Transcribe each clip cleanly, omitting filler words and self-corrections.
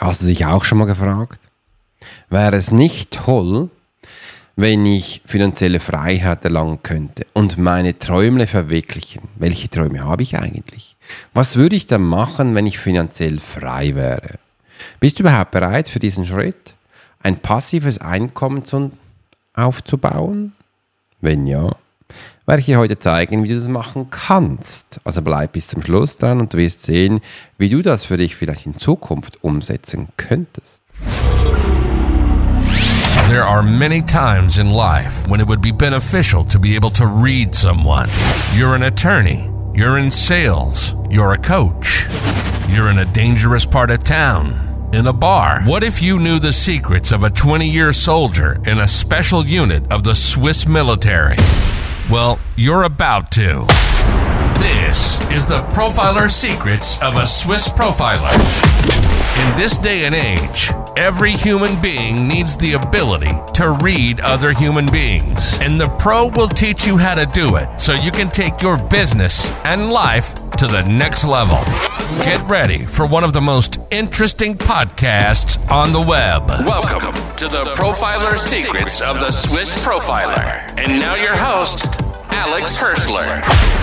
Hast du dich auch schon mal gefragt? Wäre es nicht toll, wenn ich finanzielle Freiheit erlangen könnte und meine Träume verwirklichen? Welche Träume habe ich eigentlich? Was würde ich dann machen, wenn ich finanziell frei wäre? Bist du überhaupt bereit für diesen Schritt, ein passives Einkommen aufzubauen? Wenn ja, werde ich dir heute zeigen, wie du das machen kannst. Also bleib bis zum Schluss dran und du wirst sehen, wie du das für dich vielleicht in Zukunft umsetzen könntest. There are many times in life when it would be beneficial to be able to read someone. You're an attorney. You're in sales. You're a coach. You're in a dangerous part of town. In a bar. What if you knew the secrets of a 20-year soldier in a special unit of the Swiss military? Well, you're about to. This is the Profiler Secrets of a Swiss Profiler. In this day and age, every human being needs the ability to read other human beings. And the Pro will teach you how to do it so you can take your business and life to the next level. Get ready for one of the most interesting podcasts on the web. Welcome to the Profiler Secrets of the Swiss Profiler. And now your host, Alex Hirschler.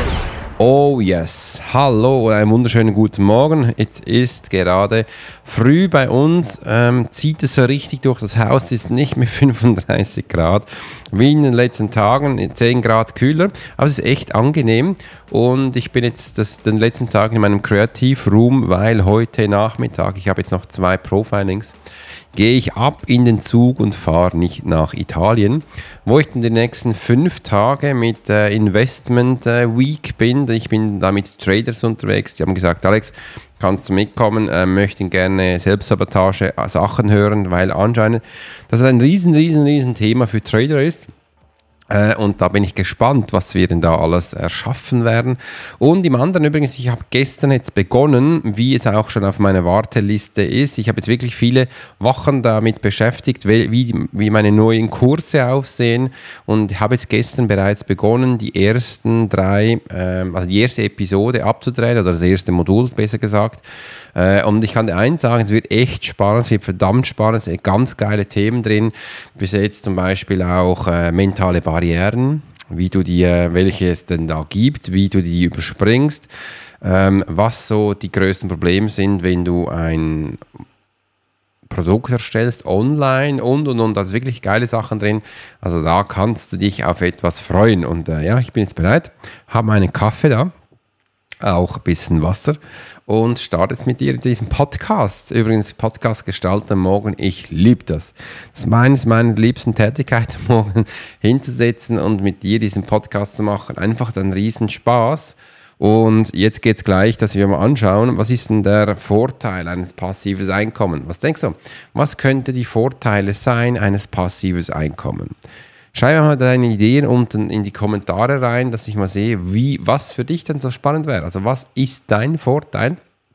Oh yes, hallo und einen wunderschönen guten Morgen. Es ist gerade früh bei uns, zieht es so richtig durch das Haus, es ist nicht mehr 35 Grad, wie in den letzten Tagen, 10 Grad kühler, aber es ist echt angenehm und ich bin jetzt den letzten Tag in meinem Creative Room, weil heute Nachmittag, ich habe jetzt noch 2 Profilings, gehe ich ab in den Zug und fahre nicht nach Italien, wo ich in den nächsten 5 Tage mit Investment Week bin. Ich bin da mit Traders unterwegs. Die haben gesagt, Alex, kannst du mitkommen, möchten gerne Selbstsabotage Sachen hören, weil anscheinend das ein riesen Thema für Trader ist. Und da bin ich gespannt, was wir denn da alles erschaffen werden. Und im anderen übrigens, ich habe gestern jetzt begonnen, wie es auch schon auf meiner Warteliste ist. Ich habe jetzt wirklich viele Wochen damit beschäftigt, wie meine neuen Kurse aussehen. Und habe jetzt gestern bereits begonnen, die ersten 3, also die erste Episode abzudrehen, oder das erste Modul besser gesagt. Und ich kann dir eins sagen, es wird echt spannend, es wird verdammt spannend, es sind ganz geile Themen drin. Bis jetzt zum Beispiel auch mentale Barrieren, welche es denn da gibt, wie du die überspringst, was so die größten Probleme sind, wenn du ein Produkt erstellst, online und da sind wirklich geile Sachen drin. Also da kannst du dich auf etwas freuen. Und ja, ich bin jetzt bereit, habe meinen Kaffee da, auch ein bisschen Wasser und starte jetzt mit dir diesen Podcast. Übrigens, Podcast gestalten am Morgen, ich liebe das. Das ist eines meiner liebsten Tätigkeiten, am Morgen hinzusetzen und mit dir diesen Podcast zu machen. Einfach ein Riesenspaß. Und jetzt geht es gleich, dass wir mal anschauen, was ist denn der Vorteil eines passiven Einkommens? Was denkst du? Was könnte die Vorteile sein eines passiven Einkommens? Schreib mal deine Ideen unten in die Kommentare rein, dass ich mal sehe, was für dich denn so spannend wäre. Also was ist dein Vorteil?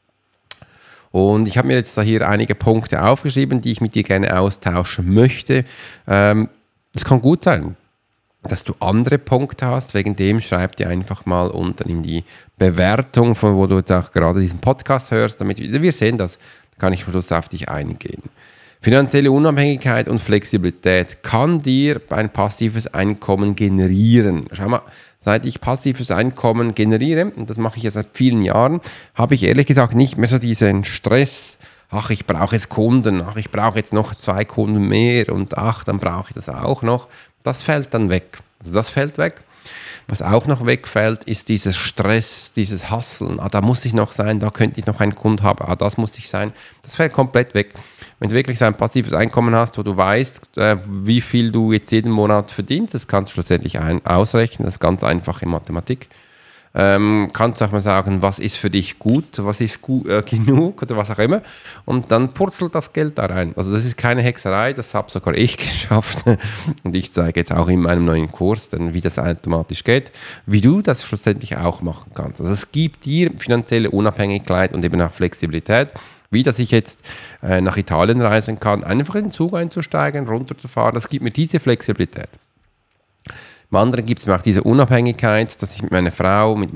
Und ich habe mir jetzt da hier einige Punkte aufgeschrieben, die ich mit dir gerne austauschen möchte. Es kann gut sein, dass du andere Punkte hast. Wegen dem schreib dir einfach mal unten in die Bewertung, von wo du jetzt auch gerade diesen Podcast hörst, damit wir sehen, da kann ich am Schluss auf dich eingehen. Finanzielle Unabhängigkeit und Flexibilität kann dir ein passives Einkommen generieren. Schau mal, seit ich passives Einkommen generiere, und das mache ich ja seit vielen Jahren, habe ich ehrlich gesagt nicht mehr so diesen Stress, ach, ich brauche jetzt Kunden, ach, ich brauche jetzt noch 2 Kunden mehr und ach, dann brauche ich das auch noch. Das fällt dann weg. Also das fällt weg. Was auch noch wegfällt, ist dieses Stress, dieses Hustlen. Da muss ich noch sein, da könnte ich noch einen Kunden haben, das muss ich sein. Das fällt komplett weg. Wenn du wirklich so ein passives Einkommen hast, wo du weißt, wie viel du jetzt jeden Monat verdienst, das kannst du schlussendlich ausrechnen, das ist ganz einfache Mathematik. Kannst du auch mal sagen, was ist für dich gut, was ist genug oder was auch immer. Und dann purzelt das Geld da rein. Also das ist keine Hexerei, das habe sogar ich geschafft. Und ich zeige jetzt auch in meinem neuen Kurs, dann, wie das automatisch geht, wie du das schlussendlich auch machen kannst. Also es gibt dir finanzielle Unabhängigkeit und eben auch Flexibilität, wie dass ich jetzt nach Italien reisen kann, einfach in den Zug einzusteigen, runterzufahren. Das gibt mir diese Flexibilität. Im anderen gibt es mir auch diese Unabhängigkeit, dass ich mit meiner Frau, mit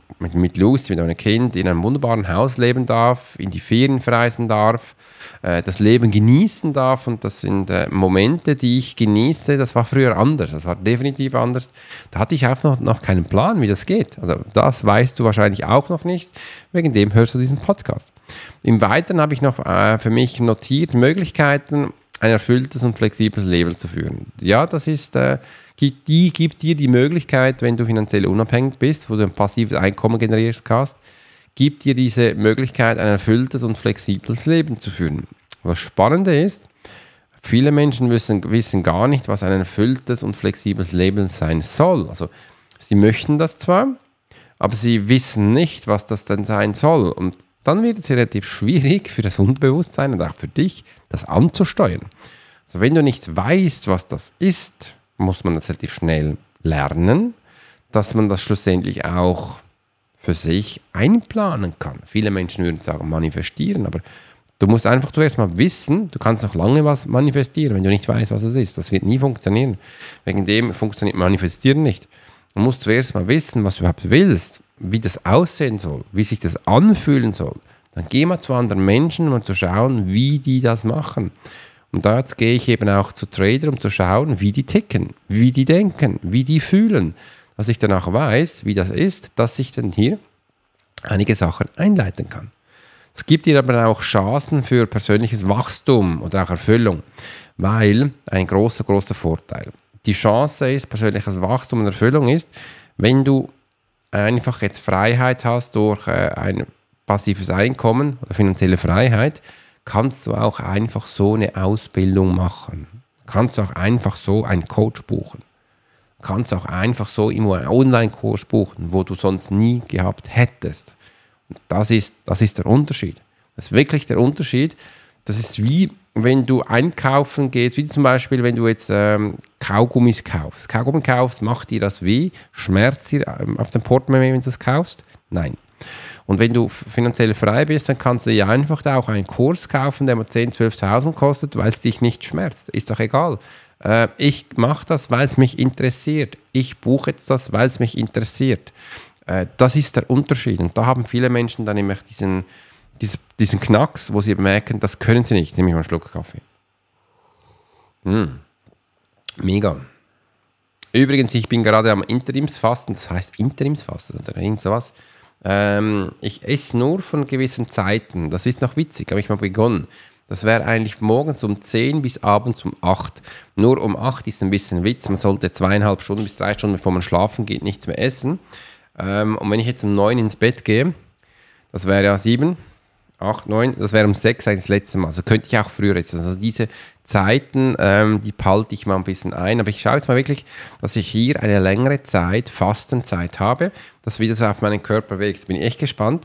Lucy, mit meinem Kind in einem wunderbaren Haus leben darf, in die Ferien reisen darf, das Leben genießen darf. Und das sind Momente, die ich genieße. Das war früher anders, das war definitiv anders. Da hatte ich auch noch keinen Plan, wie das geht. Also das weißt du wahrscheinlich auch noch nicht, wegen dem hörst du diesen Podcast. Im Weiteren habe ich noch für mich notiert, Möglichkeiten, ein erfülltes und flexibles Leben zu führen. Ja, das ist... gibt dir die Möglichkeit, wenn du finanziell unabhängig bist, wo du ein passives Einkommen generierst hast, gibt dir diese Möglichkeit, ein erfülltes und flexibles Leben zu führen. Was Spannende ist, viele Menschen wissen gar nicht, was ein erfülltes und flexibles Leben sein soll. Also sie möchten das zwar, aber sie wissen nicht, was das denn sein soll. Und dann wird es relativ schwierig für das Unterbewusstsein und auch für dich, das anzusteuern. Also wenn du nicht weißt, was das ist, muss man das relativ schnell lernen, dass man das schlussendlich auch für sich einplanen kann. Viele Menschen würden sagen, manifestieren, aber du musst einfach zuerst mal wissen, du kannst noch lange was manifestieren, wenn du nicht weißt, was es ist. Das wird nie funktionieren. Wegen dem funktioniert Manifestieren nicht. Du musst zuerst mal wissen, was du überhaupt willst, wie das aussehen soll, wie sich das anfühlen soll. Dann geh mal zu anderen Menschen, um zu schauen, wie die das machen. Und da jetzt gehe ich eben auch zu Trader, um zu schauen, wie die ticken, wie die denken, wie die fühlen. Dass ich danach weiß, wie das ist, dass ich dann hier einige Sachen einleiten kann. Es gibt hier aber auch Chancen für persönliches Wachstum oder auch Erfüllung, weil ein großer Vorteil. Die Chance ist, persönliches Wachstum und Erfüllung ist, wenn du einfach jetzt Freiheit hast durch ein passives Einkommen oder finanzielle Freiheit, kannst du auch einfach so eine Ausbildung machen. Kannst du auch einfach so einen Coach buchen. Kannst du auch einfach so irgendwo einen Online-Kurs buchen, wo du sonst nie gehabt hättest. Und das ist der Unterschied. Das ist wirklich der Unterschied. Das ist wie, wenn du einkaufen gehst, wie zum Beispiel, wenn du jetzt Kaugummis kaufst. Kaugummi kaufst, macht dir das weh? Schmerzt dir auf dem Portemonnaie, wenn du das kaufst? Nein. Und wenn du finanziell frei bist, dann kannst du dir einfach auch einen Kurs kaufen, der mal 10.000, 12.000 kostet, weil es dich nicht schmerzt. Ist doch egal. Ich mache das, weil es mich interessiert. Ich buche jetzt das, weil es mich interessiert. Das ist der Unterschied. Und da haben viele Menschen dann immer diesen Knacks, wo sie merken, das können sie nicht. Nehme ich mal einen Schluck Kaffee. Mega. Übrigens, ich bin gerade am Interimsfasten. Das heißt Interimsfasten oder irgend sowas. Ich esse nur von gewissen Zeiten. Das ist noch witzig, habe ich mal begonnen. Das wäre eigentlich morgens um 10 bis abends um 8. Nur um 8 ist ein bisschen Witz. Man sollte 2,5 Stunden bis 3 Stunden, bevor man schlafen geht, nichts mehr essen. Und wenn ich jetzt um 9 ins Bett gehe, das wäre ja 7, 8, 9, das wäre um 6 eigentlich das letzte Mal. Also könnte ich auch früher essen. Also diese Zeiten, die palte ich mal ein bisschen ein. Aber ich schaue jetzt mal wirklich, dass ich hier eine längere Zeit, Fastenzeit habe, dass wie das auf meinen Körper wirkt. Bin ich echt gespannt,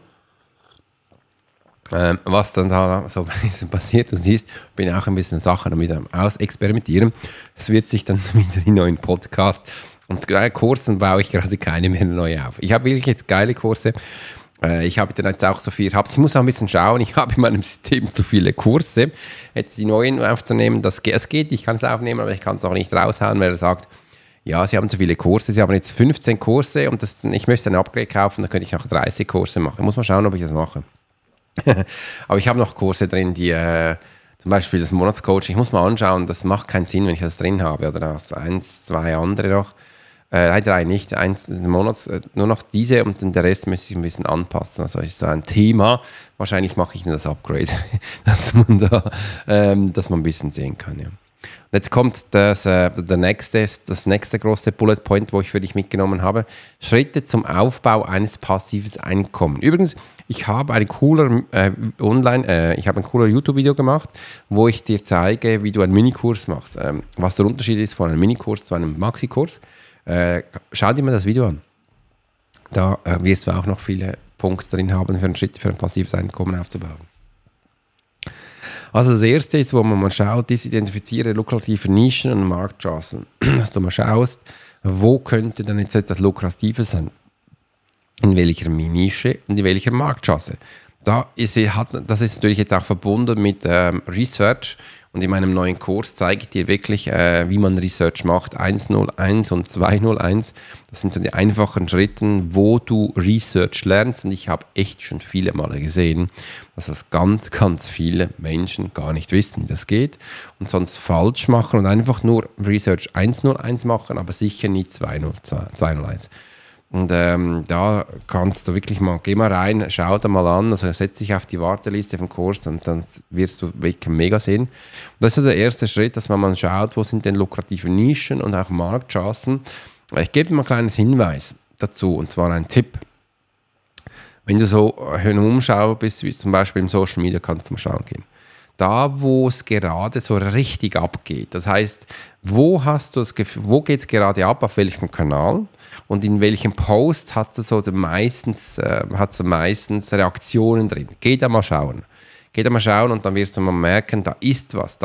was dann da so passiert. Du siehst, bin auch ein bisschen Sachen wieder am Ausexperimentieren. Es wird sich dann wieder in neuen Podcast und Kursen baue ich gerade keine mehr neu auf. Ich habe wirklich jetzt geile Kurse. Ich habe dann jetzt auch so viel, ich muss auch ein bisschen schauen, ich habe in meinem System zu viele Kurse. Jetzt die neuen aufzunehmen, es geht, ich kann es aufnehmen, aber ich kann es auch nicht raushauen, weil er sagt, ja, Sie haben zu viele Kurse, Sie haben jetzt 15 Kurse und ich möchte ein Upgrade kaufen, dann könnte ich noch 30 Kurse machen. Ich muss mal schauen, ob ich das mache. Aber ich habe noch Kurse drin, die zum Beispiel das Monatscoaching, ich muss mal anschauen, das macht keinen Sinn, wenn ich das drin habe. Oder das 1, 2 andere noch. 3 nicht, 1 im Monat, nur noch diese und dann der Rest müsste ich ein bisschen anpassen. Also ist so ein Thema. Wahrscheinlich mache ich dann das Upgrade, dass man ein bisschen sehen kann. Ja. Und jetzt kommt das nächste große Bullet Point, wo ich für dich mitgenommen habe. Schritte zum Aufbau eines passiven Einkommens. Übrigens, ich habe ein cooler YouTube-Video gemacht, wo ich dir zeige, wie du einen Minikurs machst. Was der Unterschied ist von einem Minikurs zu einem Maxikurs. Schau dir mal das Video an. Da wirst du auch noch viele Punkte drin haben, für einen Schritt für ein passives Einkommen aufzubauen. Also das Erste ist, wo man mal schaut, ist, identifiziere lukrative Nischen und Marktchancen. Dass du mal schaust, wo könnte dann jetzt etwas Lukratives sein. In welcher Nische und in welcher Marktchance. Das ist natürlich jetzt auch verbunden mit Research. Und in meinem neuen Kurs zeige ich dir wirklich, wie man Research macht. 101 und 201. Das sind so die einfachen Schritte, wo du Research lernst. Und ich habe echt schon viele Male gesehen, dass das ganz, ganz viele Menschen gar nicht wissen, wie das geht. Und sonst falsch machen und einfach nur Research 101 machen, aber sicher nicht 201. Und da kannst du wirklich mal, geh mal rein, schau da mal an, also setz dich auf die Warteliste vom Kurs und dann wirst du wirklich mega sehen. Und das ist der erste Schritt, dass man mal schaut, wo sind denn lukrative Nischen und auch Marktchancen. Ich gebe dir mal ein kleines Hinweis dazu, und zwar ein Tipp. Wenn du so umschauen bist, wie zum Beispiel im Social Media, kannst du mal schauen gehen. Da, wo es gerade so richtig abgeht. Das heißt, wo geht es gerade ab, auf welchem Kanal und in welchem Post hat es meistens Reaktionen drin. Geh da mal schauen. Und dann wirst du mal merken, da ist was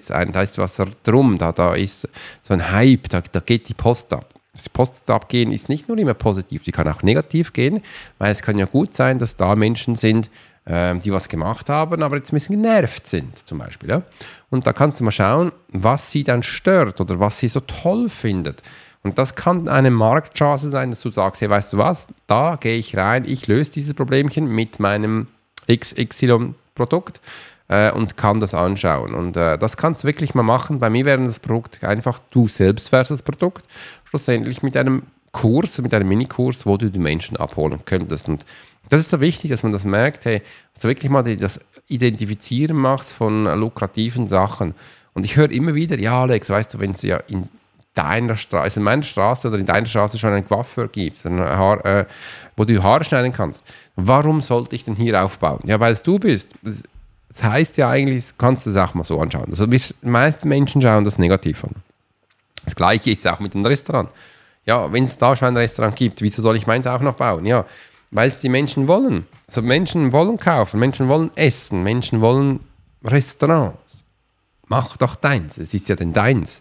drum, da ist so ein Hype, da geht die Post ab. Das Post abgehen ist nicht nur immer positiv, die kann auch negativ gehen, weil es kann ja gut sein, dass da Menschen sind, die was gemacht haben, aber jetzt ein bisschen genervt sind, zum Beispiel. Ja? Und da kannst du mal schauen, was sie dann stört oder was sie so toll findet. Und das kann eine Marktchance sein, dass du sagst, hey, weißt du was, da gehe ich rein, ich löse dieses Problemchen mit meinem XY-Produkt und kann das anschauen. Und das kannst du wirklich mal machen. Bei mir wäre das Produkt einfach, du selbst wärst das Produkt, schlussendlich mit einem Kurs, mit einem Minikurs, wo du die Menschen abholen könntest. Und das ist so wichtig, dass man das merkt, hey, dass du wirklich mal das Identifizieren machst von lukrativen Sachen. Und ich höre immer wieder, ja Alex, weißt du, wenn es ja in meiner Straße oder in deiner Straße schon einen Coiffeur gibt, wo du Haare schneiden kannst, warum sollte ich denn hier aufbauen? Ja, weil es du bist. Das heißt ja eigentlich, kannst du das auch mal so anschauen. Also die meisten Menschen schauen das negativ an. Das Gleiche ist auch mit dem Restaurant. Ja, wenn es da schon ein Restaurant gibt, wieso soll ich meins auch noch bauen? Ja, weil es die Menschen wollen. Also Menschen wollen kaufen, Menschen wollen essen, Menschen wollen Restaurants. Mach doch deins, es ist ja denn deins.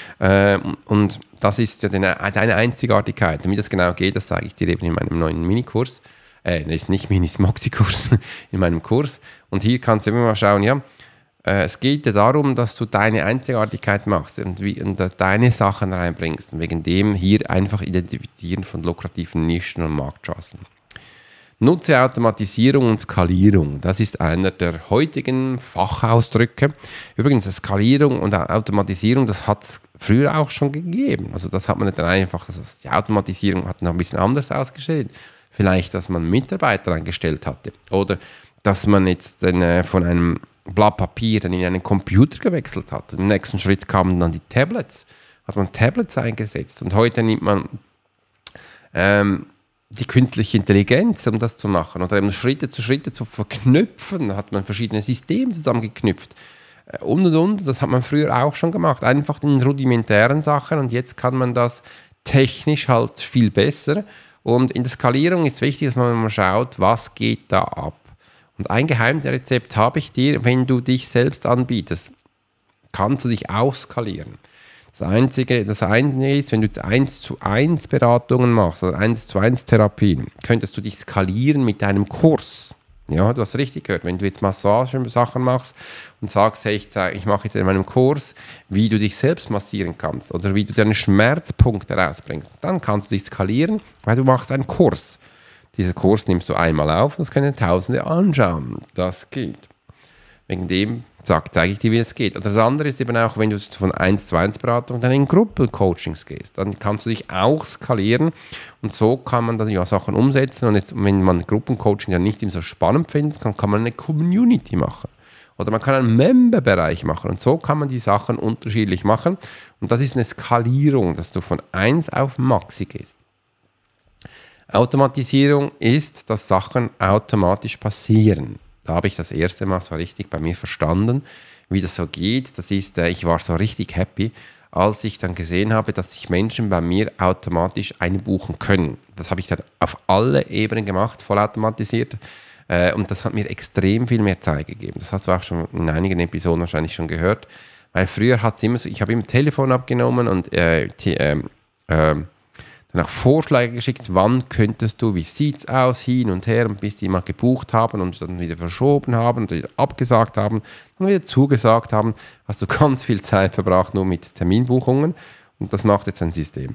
Und das ist ja deine Einzigartigkeit. Und wie das genau geht, das sage ich dir eben in meinem neuen Minikurs. Das ist nicht Mini, ist Maxi-Kurs, in meinem Kurs. Und hier kannst du immer mal schauen, ja, es geht ja darum, dass du deine Einzigartigkeit machst und deine Sachen reinbringst. Und wegen dem hier einfach Identifizieren von lukrativen Nischen und Marktchancen. Nutze Automatisierung und Skalierung. Das ist einer der heutigen Fachausdrücke. Übrigens, Skalierung und Automatisierung, das hat es früher auch schon gegeben. Also das hat man nicht einfach, die Automatisierung hat noch ein bisschen anders ausgesehen. Vielleicht, dass man Mitarbeiter eingestellt hatte oder dass man jetzt von einem Blatt Papier dann in einen Computer gewechselt hat. Im nächsten Schritt kamen dann die Tablets. Hat man Tablets eingesetzt und heute nimmt man die künstliche Intelligenz, um das zu machen oder eben Schritte zu verknüpfen, hat man verschiedene Systeme zusammengeknüpft und. Das hat man früher auch schon gemacht, einfach in rudimentären Sachen und jetzt kann man das technisch halt viel besser und in der Skalierung ist wichtig, dass man mal schaut, was geht da ab. Und ein Geheimrezept habe ich dir, wenn du dich selbst anbietest, kannst du dich auch skalieren. Das eine ist, wenn du jetzt 1:1 Beratungen machst oder 1:1 Therapien, könntest du dich skalieren mit deinem Kurs. Ja, du hast richtig gehört. Wenn du jetzt Massagen machst und sagst, hey, ich mache jetzt in meinem Kurs, wie du dich selbst massieren kannst oder wie du deine Schmerzpunkte rausbringst, dann kannst du dich skalieren, weil du machst einen Kurs. Diesen Kurs nimmst du einmal auf und das können Tausende anschauen. Das geht. Wegen dem zeige ich dir, wie es geht. Und das andere ist eben auch, wenn du von 1:1 Beratung dann in Gruppencoachings gehst, dann kannst du dich auch skalieren und so kann man dann ja Sachen umsetzen und jetzt, wenn man Gruppencoaching dann nicht immer so spannend findet, kann man eine Community machen. Oder man kann einen Member-Bereich machen und so kann man die Sachen unterschiedlich machen und das ist eine Skalierung, dass du von 1 auf Maxi gehst. Automatisierung ist, dass Sachen automatisch passieren. Da habe ich das erste Mal so richtig bei mir verstanden, wie das so geht. Das ist, ich war so richtig happy, als ich dann gesehen habe, dass sich Menschen bei mir automatisch einbuchen können. Das habe ich dann auf alle Ebenen gemacht, vollautomatisiert. Und das hat mir extrem viel mehr Zeit gegeben. Das hast du auch schon in einigen Episoden wahrscheinlich schon gehört. Weil früher hat es immer so, ich habe immer Telefon abgenommen und dann auch Vorschläge geschickt, wann könntest du, wie sieht es aus, hin und her, und bis die mal gebucht haben und dann wieder verschoben haben und wieder abgesagt haben und wieder zugesagt haben, hast du ganz viel Zeit verbracht nur mit Terminbuchungen und das macht jetzt ein System.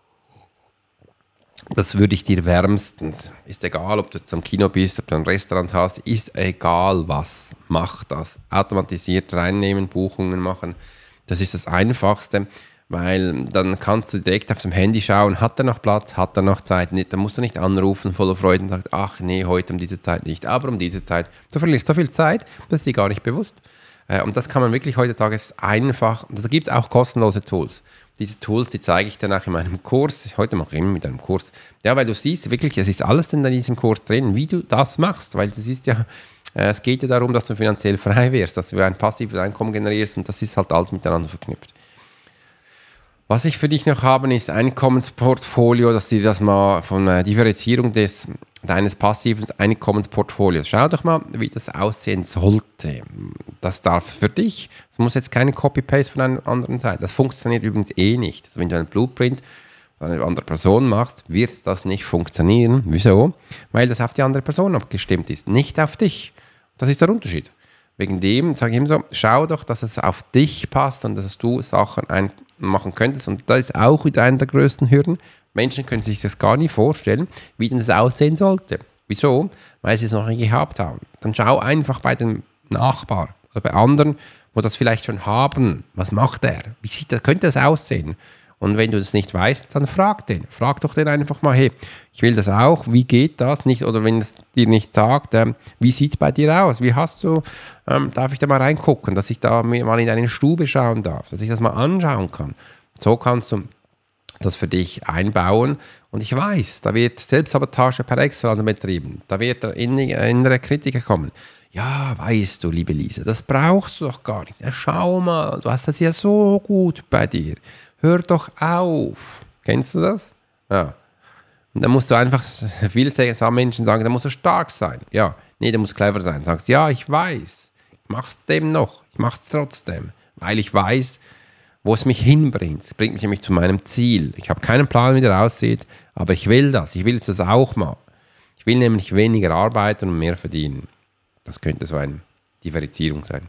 Das würde ich dir wärmstens, ist egal, ob du jetzt am Kino bist, ob du ein Restaurant hast, ist egal was, mach das. Automatisiert reinnehmen, Buchungen machen, das ist das Einfachste, weil dann kannst du direkt auf dem Handy schauen, hat er noch Platz, hat er noch Zeit, nicht, dann musst du nicht anrufen voller Freude und sagen, ach nee, heute um diese Zeit nicht, aber um diese Zeit. Du verlierst so viel Zeit, das ist dir gar nicht bewusst. Und das kann man wirklich heutzutage einfach, da gibt es auch kostenlose Tools. Diese Tools, die zeige ich dann auch in meinem Kurs. Heute mache ich immer mit einem Kurs. Ja, weil du siehst wirklich, es ist alles in diesem Kurs drin, wie du das machst. Weil das ist ja, es geht ja darum, dass du finanziell frei wirst, dass du ein passives Einkommen generierst und das ist halt alles miteinander verknüpft. Was ich für dich noch habe, ist Einkommensportfolio, dass du das mal von der Differenzierung deines passiven Einkommensportfolios. Schau doch mal, wie das aussehen sollte. Das darf für dich, das muss jetzt keine Copy-Paste von einer anderen sein. Das funktioniert übrigens nicht. Also wenn du einen Blueprint von einer anderen Person machst, wird das nicht funktionieren. Wieso? Weil das auf die andere Person abgestimmt ist, nicht auf dich. Das ist der Unterschied. Wegen dem sage ich immer so, schau doch, dass es auf dich passt und dass du Sachen machen könntest. Und das ist auch wieder einer der größten Hürden. Menschen können sich das gar nicht vorstellen, wie denn das aussehen sollte. Wieso? Weil sie es noch nie gehabt haben. Dann schau einfach bei den Nachbarn oder bei anderen, wo das vielleicht schon haben. Was macht er? Könnte das aussehen? Und wenn du das nicht weißt, dann frag den. Frag doch den einfach mal, hey, ich will das auch, wie geht das? Nicht, oder wenn es dir nicht sagt, wie sieht es bei dir aus? Wie hast du, darf ich da mal reingucken, dass ich da mal in deine Stube schauen darf, dass ich das mal anschauen kann. So kannst du das für dich einbauen. Und ich weiß, da wird Selbstsabotage per Excellence betrieben. Da wird der innere Kritiker kommen. Ja, weißt du, liebe Lisa, das brauchst du doch gar nicht. Ja, schau mal, du hast das ja so gut bei dir. Hör doch auf. Kennst du das? Ja. Und dann musst du einfach, viele Menschen sagen, da musst du stark sein. Ja, nee, der muss clever sein. Sagst, ja, ich weiß. Ich mach's dem noch. Ich mach's trotzdem. Weil ich weiß, wo es mich hinbringt. Es bringt mich nämlich zu meinem Ziel. Ich habe keinen Plan, wie der aussieht, aber ich will das. Ich will jetzt das auch mal. Ich will nämlich weniger arbeiten und mehr verdienen. Das könnte so eine Differenzierung sein.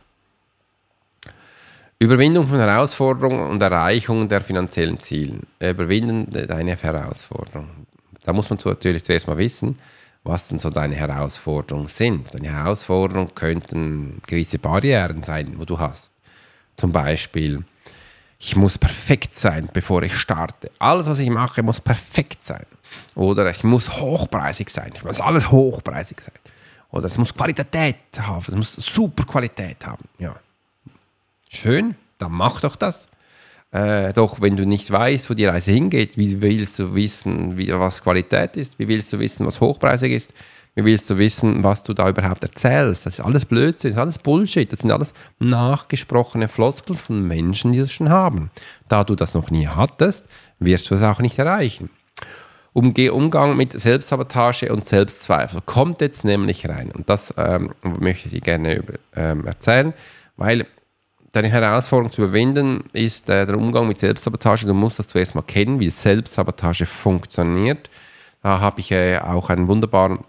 Überwindung von Herausforderungen und Erreichung der finanziellen Ziele. Überwinden deine Herausforderung. Da muss man natürlich zuerst mal wissen, was denn so deine Herausforderungen sind. Deine Herausforderungen könnten gewisse Barrieren sein, wo du hast. Zum Beispiel, ich muss perfekt sein, bevor ich starte. Alles, was ich mache, muss perfekt sein. Oder ich muss hochpreisig sein. Ich muss alles hochpreisig sein. Oder es muss Qualität haben. Es muss super Qualität haben. Ja. Schön, dann mach doch das. Doch wenn du nicht weißt, wo die Reise hingeht, wie willst du wissen, was Qualität ist? Wie willst du wissen, was hochpreisig ist? Wie willst du wissen, was du da überhaupt erzählst? Das ist alles Blödsinn, das ist alles Bullshit. Das sind alles nachgesprochene Floskeln von Menschen, die das schon haben. Da du das noch nie hattest, wirst du es auch nicht erreichen. Umgang mit Selbstsabotage und Selbstzweifel kommt jetzt nämlich rein. Und das möchte ich dir gerne erzählen, weil deine Herausforderung zu überwinden ist der Umgang mit Selbstsabotage. Du musst das zuerst mal kennen, wie Selbstsabotage funktioniert. Da habe ich auch einen wunderbaren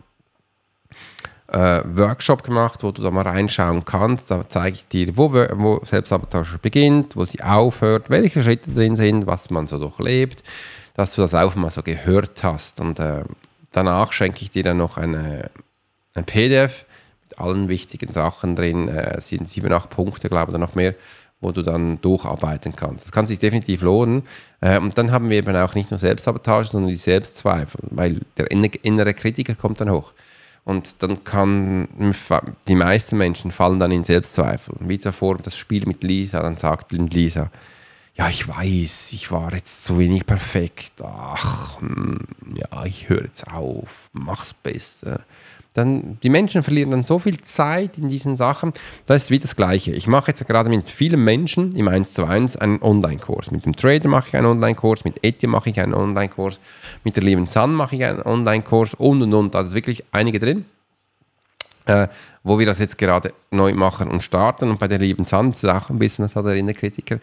Workshop gemacht, wo du da mal reinschauen kannst. Da zeige ich dir, wo Selbstsabotage beginnt, wo sie aufhört, welche Schritte drin sind, was man so durchlebt, dass du das auch mal so gehört hast. Und danach schenke ich dir dann noch ein PDF mit allen wichtigen Sachen drin. Es sind 7, 8 Punkte, glaube ich, oder noch mehr, wo du dann durcharbeiten kannst. Das kann sich definitiv lohnen. Und dann haben wir eben auch nicht nur Selbstsabotage, sondern die Selbstzweifel, weil der innere Kritiker kommt dann hoch. Und dann die meisten Menschen fallen dann in Selbstzweifel. Wie zuvor das Spiel mit Lisa, dann sagt Lisa, ja, ich weiß, ich war jetzt zu wenig perfekt. Ach, ja, ich höre jetzt auf, mach's besser. Dann, die Menschen verlieren dann so viel Zeit in diesen Sachen. Das ist wie das Gleiche. Ich mache jetzt gerade mit vielen Menschen im 1:1 einen Online-Kurs. Mit dem Trader mache ich einen Online-Kurs, mit Etienne mache ich einen Online-Kurs, mit der lieben San mache ich einen Online-Kurs und. Da ist wirklich einige drin. wo wir das jetzt gerade neu machen und starten. Und bei der lieben Sand ist auch ein bisschen, das hat der Innenkritiker.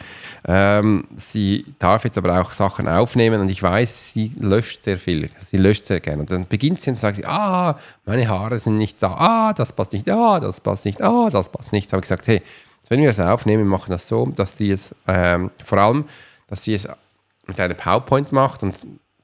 Sie darf jetzt aber auch Sachen aufnehmen und ich weiß, sie löscht sehr viel. Sie löscht sehr gerne. Und dann beginnt sie und sagt, meine Haare sind nicht da, das passt nicht, das passt nicht, das passt nicht. Da habe ich gesagt, hey, wenn wir das aufnehmen, wir machen das so, dass sie es vor allem, dass sie es mit einer PowerPoint macht und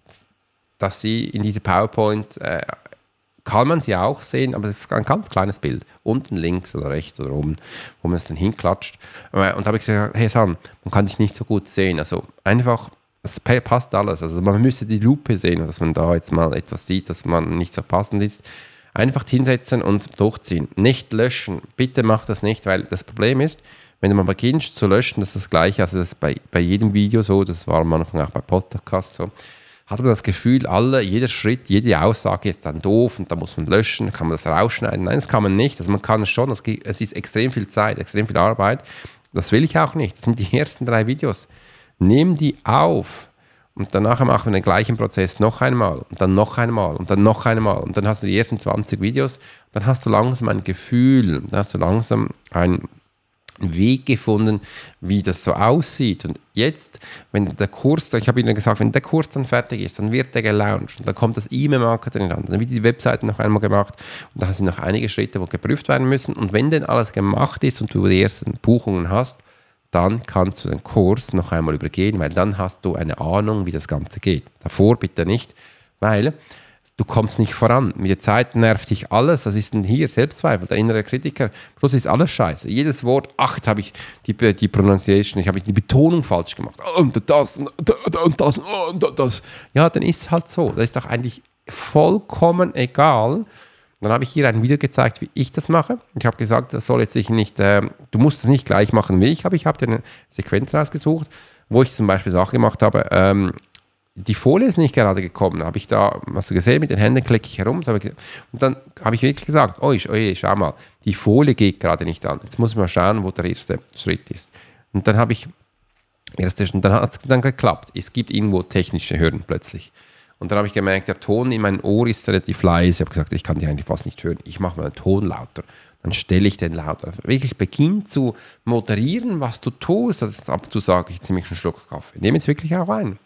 dass sie in diese PowerPoint kann man sie auch sehen, aber es ist ein ganz kleines Bild. Unten links oder rechts oder oben, wo man es dann hinklatscht. Und da habe ich gesagt, hey San, man kann dich nicht so gut sehen. Also einfach, es passt alles. Also man müsste die Lupe sehen, dass man da jetzt mal etwas sieht, dass man nicht so passend ist. Einfach hinsetzen und durchziehen. Nicht löschen. Bitte mach das nicht, weil das Problem ist, wenn du mal beginnst zu löschen, das ist das Gleiche. Also das ist bei jedem Video so, das war am Anfang auch bei Podcasts so. Hat man das Gefühl, jeder Schritt, jede Aussage ist dann doof und da muss man löschen, kann man das rausschneiden. Nein, das kann man nicht. Also man kann es schon, es ist extrem viel Zeit, extrem viel Arbeit. Das will ich auch nicht. Das sind die ersten 3 Videos. Nimm die auf und danach machen wir den gleichen Prozess noch einmal und dann noch einmal und dann noch einmal und dann hast du die ersten 20 Videos, dann hast du langsam ein Gefühl, dann hast du langsam einen Weg gefunden, wie das so aussieht. Und jetzt, wenn der Kurs, ich habe Ihnen gesagt, wenn der Kurs dann fertig ist, dann wird der gelauncht und dann kommt das E-Mail-Marketing dran, dann wird die Webseite noch einmal gemacht und da sind noch einige Schritte, wo geprüft werden müssen. Und wenn dann alles gemacht ist und du die ersten Buchungen hast, dann kannst du den Kurs noch einmal übergehen, weil dann hast du eine Ahnung, wie das Ganze geht. Davor bitte nicht, weil du kommst nicht voran. Mit der Zeit nervt dich alles. Das ist denn hier Selbstzweifel, der innere Kritiker. Plus ist alles scheiße. Jedes Wort, jetzt habe ich die Pronunciation, ich habe die Betonung falsch gemacht. Und das, und das, und das. Ja, dann ist es halt so. Das ist doch eigentlich vollkommen egal. Dann habe ich hier ein Video gezeigt, wie ich das mache. Ich habe gesagt, das soll jetzt sich nicht, du musst es nicht gleich machen wie ich, aber ich habe dir eine Sequenz rausgesucht, wo ich zum Beispiel Sachen gemacht habe, die Folie ist nicht gerade gekommen. Habe ich da, hast du gesehen, mit den Händen klicke ich herum. Und dann habe ich wirklich gesagt, schau mal, die Folie geht gerade nicht an. Jetzt muss ich mal schauen, wo der erste Schritt ist. Und dann dann hat es dann geklappt. Es gibt irgendwo technische Hürden plötzlich. Und dann habe ich gemerkt, der Ton in meinem Ohr ist relativ leise. Ich habe gesagt, ich kann die eigentlich fast nicht hören. Ich mache mal den Ton lauter. Dann stelle ich den lauter. Wirklich beginn zu moderieren, was du tust. Das ist, ab und zu sage ich ziemlich einen Schluck Kaffee. Nehme jetzt wirklich auch ein.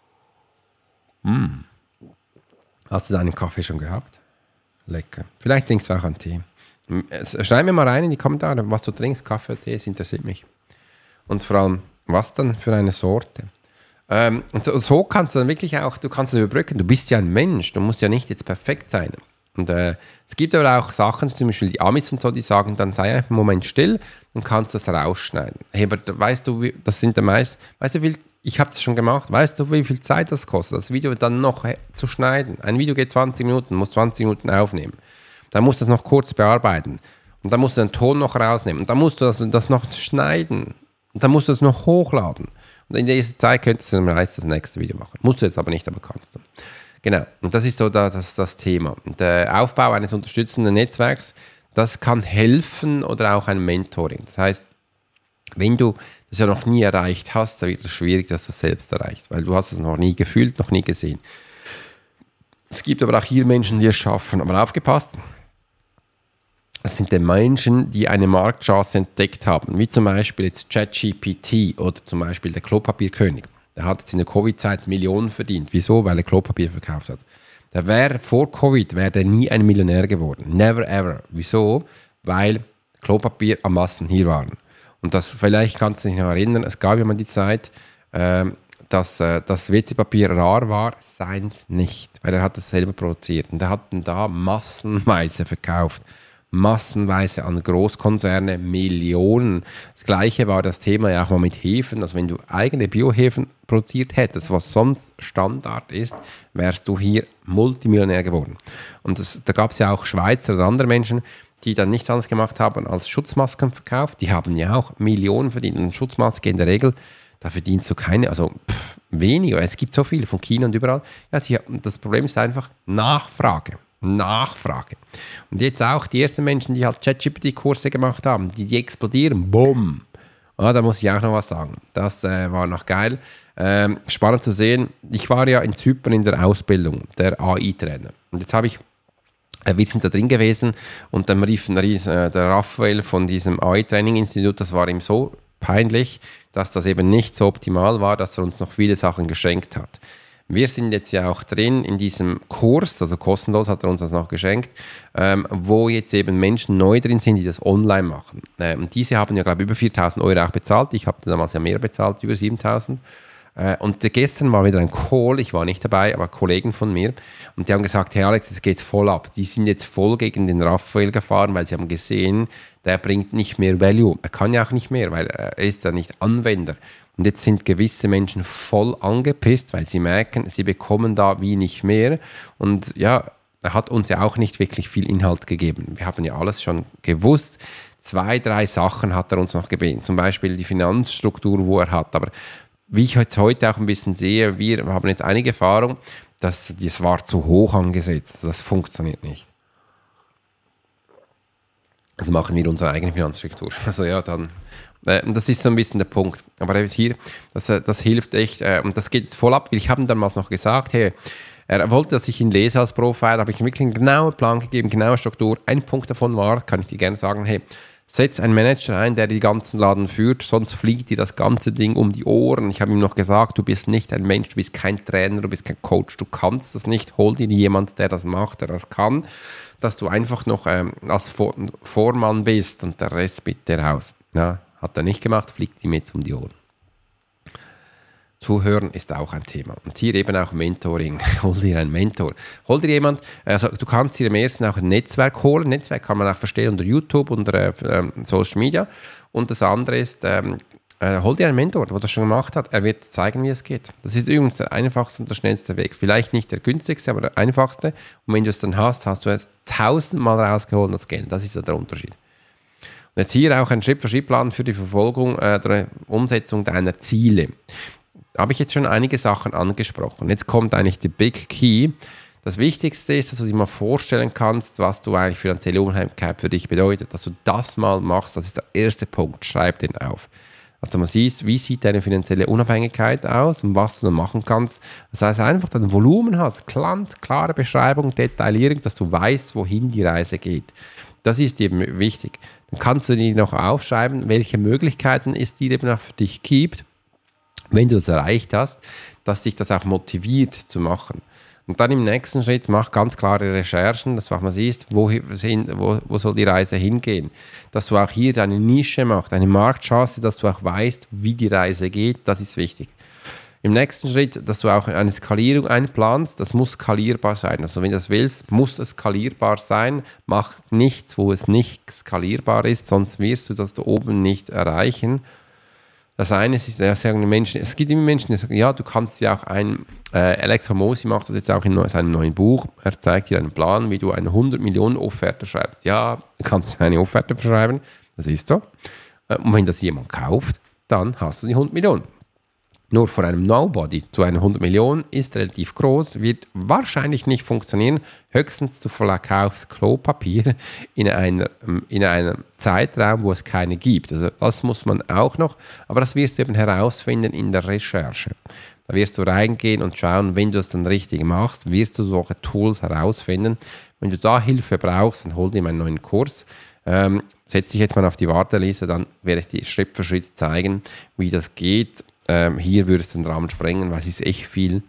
Hast du deinen Kaffee schon gehabt? Lecker. Vielleicht trinkst du auch einen Tee. Schreib mir mal rein in die Kommentare, was du trinkst. Kaffee oder Tee, das interessiert mich. Und vor allem, was dann für eine Sorte. Und so kannst du dann wirklich auch, du kannst es überbrücken. Du bist ja ein Mensch, du musst ja nicht jetzt perfekt sein. Und es gibt aber auch Sachen, zum Beispiel die Amis und so, die sagen, dann sei einen Moment still und kannst das rausschneiden. Hey, aber weißt du, das sind der meisten, weißt du, ich habe das schon gemacht, weißt du, wie viel Zeit das kostet, das Video dann noch zu schneiden? Ein Video geht 20 Minuten, musst 20 Minuten aufnehmen. Dann musst du das noch kurz bearbeiten. Und dann musst du den Ton noch rausnehmen. Und dann musst du das noch schneiden. Und dann musst du das noch hochladen. Und in dieser Zeit könntest du dann meist das nächste Video machen. Musst du jetzt aber nicht, aber kannst du. Genau, und das ist so das Thema. Und der Aufbau eines unterstützenden Netzwerks, das kann helfen oder auch ein Mentoring. Das heißt, wenn du das ja noch nie erreicht hast, dann wird es schwierig, dass du es selbst erreichst, weil du hast es noch nie gefühlt, noch nie gesehen. Es gibt aber auch hier Menschen, die es schaffen. Aber aufgepasst, es sind die Menschen, die eine Marktchance entdeckt haben, wie zum Beispiel jetzt ChatGPT oder zum Beispiel der Klopapierkönig. Der hat jetzt in der Covid-Zeit Millionen verdient. Wieso? Weil er Klopapier verkauft hat. Vor Covid wäre der nie ein Millionär geworden. Never ever. Wieso? Weil Klopapier am Massen hier waren. Und vielleicht kannst du dich noch erinnern, es gab ja mal die Zeit, dass das WC-Papier rar war, seins nicht. Weil er hat es selber produziert. Und er hat dann da massenweise verkauft. Massenweise an Großkonzerne, Millionen. Das Gleiche war das Thema ja auch mal mit Hefen. Also wenn du eigene Biohefen produziert hättest, was sonst Standard ist, wärst du hier Multimillionär geworden. Und da gab es ja auch Schweizer oder andere Menschen, die dann nichts anderes gemacht haben als Schutzmasken verkauft. Die haben ja auch Millionen verdient. Und Schutzmaske in der Regel, da verdienst du keine, also weniger. Es gibt so viele von China und überall. Ja, das Problem ist einfach Nachfrage. Und jetzt auch die ersten Menschen, die halt ChatGPT-Kurse gemacht haben, die explodieren, bumm. Da muss ich auch noch was sagen. Das war noch geil. Spannend zu sehen. Ich war ja in Zypern in der Ausbildung, der AI-Trainer. Und jetzt habe ich Wir sind da drin gewesen und dann rief der Raphael von diesem AI-Training-Institut, das war ihm so peinlich, dass das eben nicht so optimal war, dass er uns noch viele Sachen geschenkt hat. Wir sind jetzt ja auch drin in diesem Kurs, also kostenlos hat er uns das noch geschenkt, wo jetzt eben Menschen neu drin sind, die das online machen. Und diese haben ja, glaube ich, über 4'000 Euro auch bezahlt. Ich habe damals ja mehr bezahlt, über 7'000. Und gestern war wieder ein Call, ich war nicht dabei, aber Kollegen von mir. Und die haben gesagt, hey Alex, jetzt geht's voll ab. Die sind jetzt voll gegen den Raphael gefahren, weil sie haben gesehen, der bringt nicht mehr Value. Er kann ja auch nicht mehr, weil er ist ja nicht Anwender. Und jetzt sind gewisse Menschen voll angepisst, weil sie merken, sie bekommen da wenig mehr. Und ja, er hat uns ja auch nicht wirklich viel Inhalt gegeben. Wir haben ja alles schon gewusst. 2, 3 Sachen hat er uns noch gebeten. Zum Beispiel die Finanzstruktur, wo er hat. Aber wie ich jetzt heute auch ein bisschen sehe, wir haben jetzt einige Erfahrung, dass das war zu hoch angesetzt. Das funktioniert nicht. Also machen wir unsere eigene Finanzstruktur. Also ja, dann, das ist so ein bisschen der Punkt. Aber hier, das hilft echt. Und das geht jetzt voll ab. Ich habe ihm damals noch gesagt, hey, er wollte, dass ich ihn lese als Profiler, habe ich ihm wirklich einen genauen Plan gegeben, genaue Struktur. Ein Punkt davon war, kann ich dir gerne sagen, hey, setz einen Manager ein, der die ganzen Laden führt, sonst fliegt dir das ganze Ding um die Ohren. Ich habe ihm noch gesagt, du bist nicht ein Mensch, du bist kein Trainer, du bist kein Coach, du kannst das nicht. Hol dir jemand, der das macht, der das kann, dass du einfach noch als Vormann bist und der Rest bitte raus. Ja, hat er nicht gemacht, fliegt ihm jetzt um die Ohren. Zuhören ist auch ein Thema. Und hier eben auch Mentoring. Hol dir einen Mentor. Hol dir jemand, also du kannst hier am ersten auch ein Netzwerk holen. Netzwerk kann man auch verstehen unter YouTube, unter Social Media. Und das andere ist, hol dir einen Mentor, der das schon gemacht hat. Er wird zeigen, wie es geht. Das ist übrigens der einfachste und der schnellste Weg. Vielleicht nicht der günstigste, aber der einfachste. Und wenn du es dann hast, hast du es 1000-mal rausgeholt, das Geld. Das ist ja der Unterschied. Und jetzt hier auch ein Schritt-für-Schritt-Plan für die Verfolgung der Umsetzung deiner Ziele. Habe ich jetzt schon einige Sachen angesprochen. Jetzt kommt eigentlich der Big Key. Das Wichtigste ist, dass du dir mal vorstellen kannst, was du eigentlich finanzielle Unabhängigkeit für dich bedeutet. Dass du das mal machst, das ist der erste Punkt. Schreib den auf. Also man sieht, wie sieht deine finanzielle Unabhängigkeit aus und was du dann machen kannst. Das heißt einfach, dass du ein Volumen hast, klare Beschreibung, Detaillierung, dass du weißt, wohin die Reise geht. Das ist eben wichtig. Dann kannst du dir noch aufschreiben, welche Möglichkeiten es dir eben auch für dich gibt, wenn du es erreicht hast, dass dich das auch motiviert zu machen. Und dann im nächsten Schritt mach ganz klare Recherchen, dass du auch mal siehst, wo soll die Reise hingehen. Dass du auch hier deine Nische machst, deine Marktchance, dass du auch weißt, wie die Reise geht, das ist wichtig. Im nächsten Schritt, dass du auch eine Skalierung einplanst, das muss skalierbar sein. Also wenn du das willst, muss es skalierbar sein. Mach nichts, wo es nicht skalierbar ist, sonst wirst du das da oben nicht erreichen. Das eine ist, ja, sagen die Menschen, es gibt immer Menschen, die sagen, ja, du kannst ja auch Alex Hormozi macht das jetzt auch in seinem neuen Buch, er zeigt dir einen Plan, wie du eine 100 Millionen Offerte schreibst. Ja, du kannst eine Offerte verschreiben, das ist so. Und wenn das jemand kauft, dann hast du die 100 Millionen. Nur von einem Nobody zu einer 100 Millionen ist relativ groß, wird wahrscheinlich nicht funktionieren. Höchstens du verkaufst Klopapier in einem Zeitraum, wo es keine gibt. Also das muss man auch noch, aber das wirst du eben herausfinden in der Recherche. Da wirst du reingehen und schauen, wenn du es dann richtig machst, wirst du solche Tools herausfinden. Wenn du da Hilfe brauchst, dann hol dir meinen neuen Kurs. Setz dich jetzt mal auf die Warteliste, dann werde ich dir Schritt für Schritt zeigen, wie das geht. Hier würde es den Rahmen sprengen, weil es ist echt viel.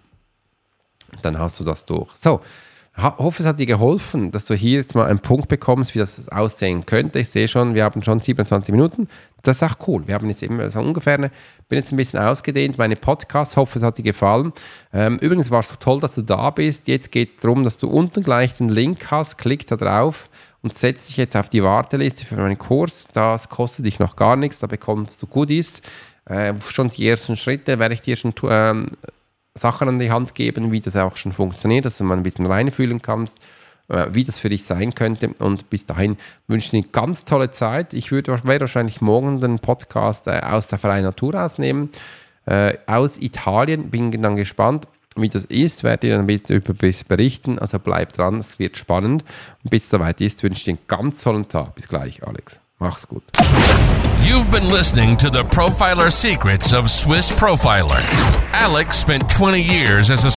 Dann hast du das durch. So, hoffe, es hat dir geholfen, dass du hier jetzt mal einen Punkt bekommst, wie das aussehen könnte. Ich sehe schon, wir haben schon 27 Minuten. Das ist auch cool. Wir haben jetzt immer so ungefähr, bin jetzt ein bisschen ausgedehnt, meine Podcasts. Hoffe, es hat dir gefallen. Übrigens war es toll, dass du da bist. Jetzt geht es darum, dass du unten gleich den Link hast. Klick da drauf und setz dich jetzt auf die Warteliste für meinen Kurs. Das kostet dich noch gar nichts. Da bekommst du Goodies. Schon die ersten Schritte werde ich dir schon Sachen an die Hand geben, wie das auch schon funktioniert, dass du mal ein bisschen reinfühlen kannst, wie das für dich sein könnte. Und bis dahin wünsche ich dir eine ganz tolle Zeit. Ich werde wahrscheinlich morgen den Podcast aus der freien Natur ausnehmen, aus Italien. Bin dann gespannt, wie das ist. Werde dir dann ein bisschen über berichten. Also bleib dran, es wird spannend. Und bis es soweit ist, wünsche ich dir einen ganz tollen Tag. Bis gleich, Alex. Mach's gut. You've been listening to the Profiler Secrets of Swiss Profiler. Alex spent 20 years as a